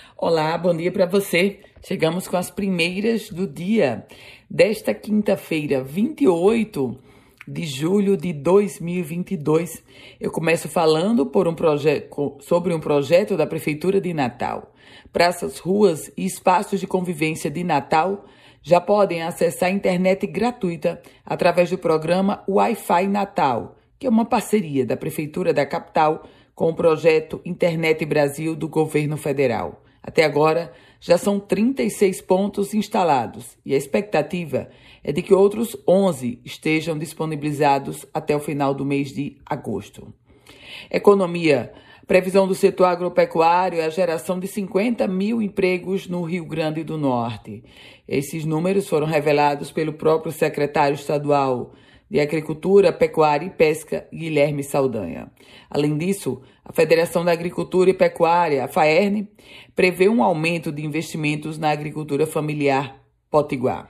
Olá, bom dia para você. Chegamos com as primeiras do dia desta quinta-feira, 28 de julho de 2022. Eu começo falando sobre um projeto da Prefeitura de Natal. Praças, ruas e espaços de convivência de Natal já podem acessar a internet gratuita através do programa Wi-Fi Natal, que é uma parceria da Prefeitura da capital com o projeto Internet Brasil do governo federal. Até agora, já são 36 pontos instalados e a expectativa é de que outros 11 estejam disponibilizados até o final do mês de agosto. Economia. Previsão do setor agropecuário é a geração de 50 mil empregos no Rio Grande do Norte. Esses números foram revelados pelo próprio secretário estadual de Agricultura, Pecuária e Pesca, Guilherme Saldanha. Além disso, a Federação da Agricultura e Pecuária, a FAERN, prevê um aumento de investimentos na agricultura familiar potiguar.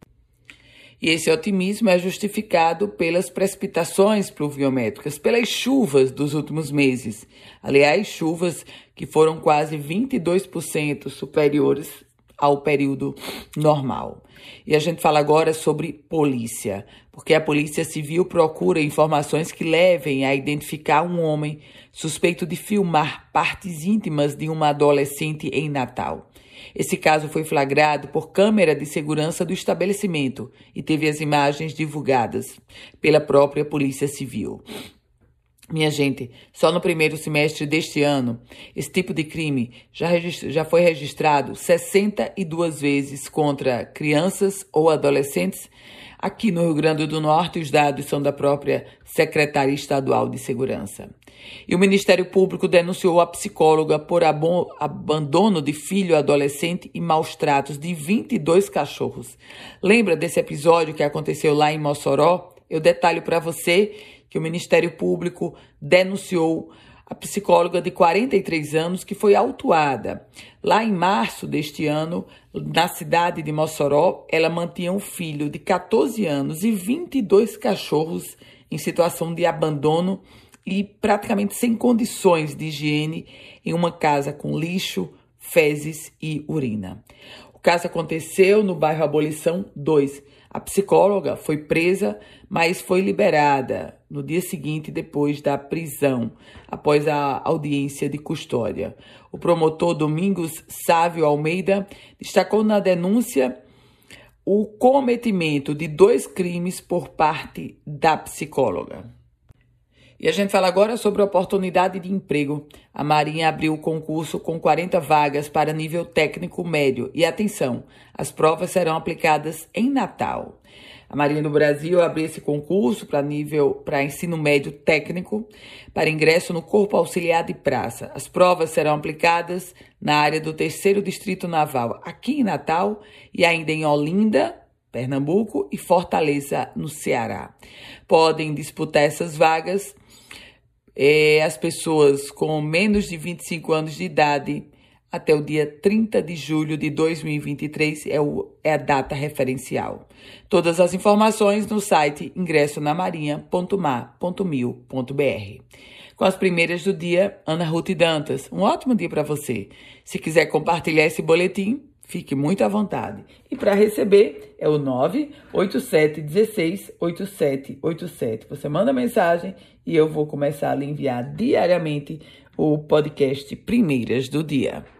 E esse otimismo é justificado pelas precipitações pluviométricas, pelas chuvas dos últimos meses. Aliás, chuvas que foram quase 22% superiores ao período normal. E a gente fala agora sobre polícia, porque a Polícia Civil procura informações que levem a identificar um homem suspeito de filmar partes íntimas de uma adolescente em Natal. Esse caso foi flagrado por câmera de segurança do estabelecimento e teve as imagens divulgadas pela própria Polícia Civil. Minha gente, só no primeiro semestre deste ano, esse tipo de crime já foi registrado 62 vezes contra crianças ou adolescentes. Aqui no Rio Grande do Norte, os dados são da própria Secretaria Estadual de Segurança. E o Ministério Público denunciou a psicóloga por abandono de filho adolescente e maus tratos de 22 cachorros. Lembra desse episódio que aconteceu lá em Mossoró? Eu detalho para você que o Ministério Público denunciou a psicóloga de 43 anos que foi autuada. Lá em março deste ano, na cidade de Mossoró, ela mantinha um filho de 14 anos e 22 cachorros em situação de abandono e praticamente sem condições de higiene em uma casa com lixo, fezes e urina. O caso aconteceu no bairro Abolição 2. A psicóloga foi presa, mas foi liberada no dia seguinte, depois da prisão, após a audiência de custódia. O promotor Domingos Sávio Almeida destacou na denúncia o cometimento de 2 crimes por parte da psicóloga. E a gente fala agora sobre a oportunidade de emprego. A Marinha abriu o concurso com 40 vagas para nível técnico médio. E atenção, as provas serão aplicadas em Natal. A Marinha do Brasil abriu esse concurso para ensino médio técnico, para ingresso no Corpo Auxiliar de Praça. As provas serão aplicadas na área do 3º Distrito Naval, aqui em Natal, e ainda em Olinda, Pernambuco, e Fortaleza, no Ceará. Podem disputar essas vagas as pessoas com menos de 25 anos de idade até o dia 30 de julho de 2023 é a data referencial. Todas as informações no site ingressoNaMarinha.mar.mil.br. Com as primeiras do dia, Ana Ruth Dantas. Um ótimo dia para você. Se quiser compartilhar esse boletim, fique muito à vontade. E para receber é o 987168787. Você manda mensagem e eu vou começar a lhe enviar diariamente o podcast Primeiras do Dia.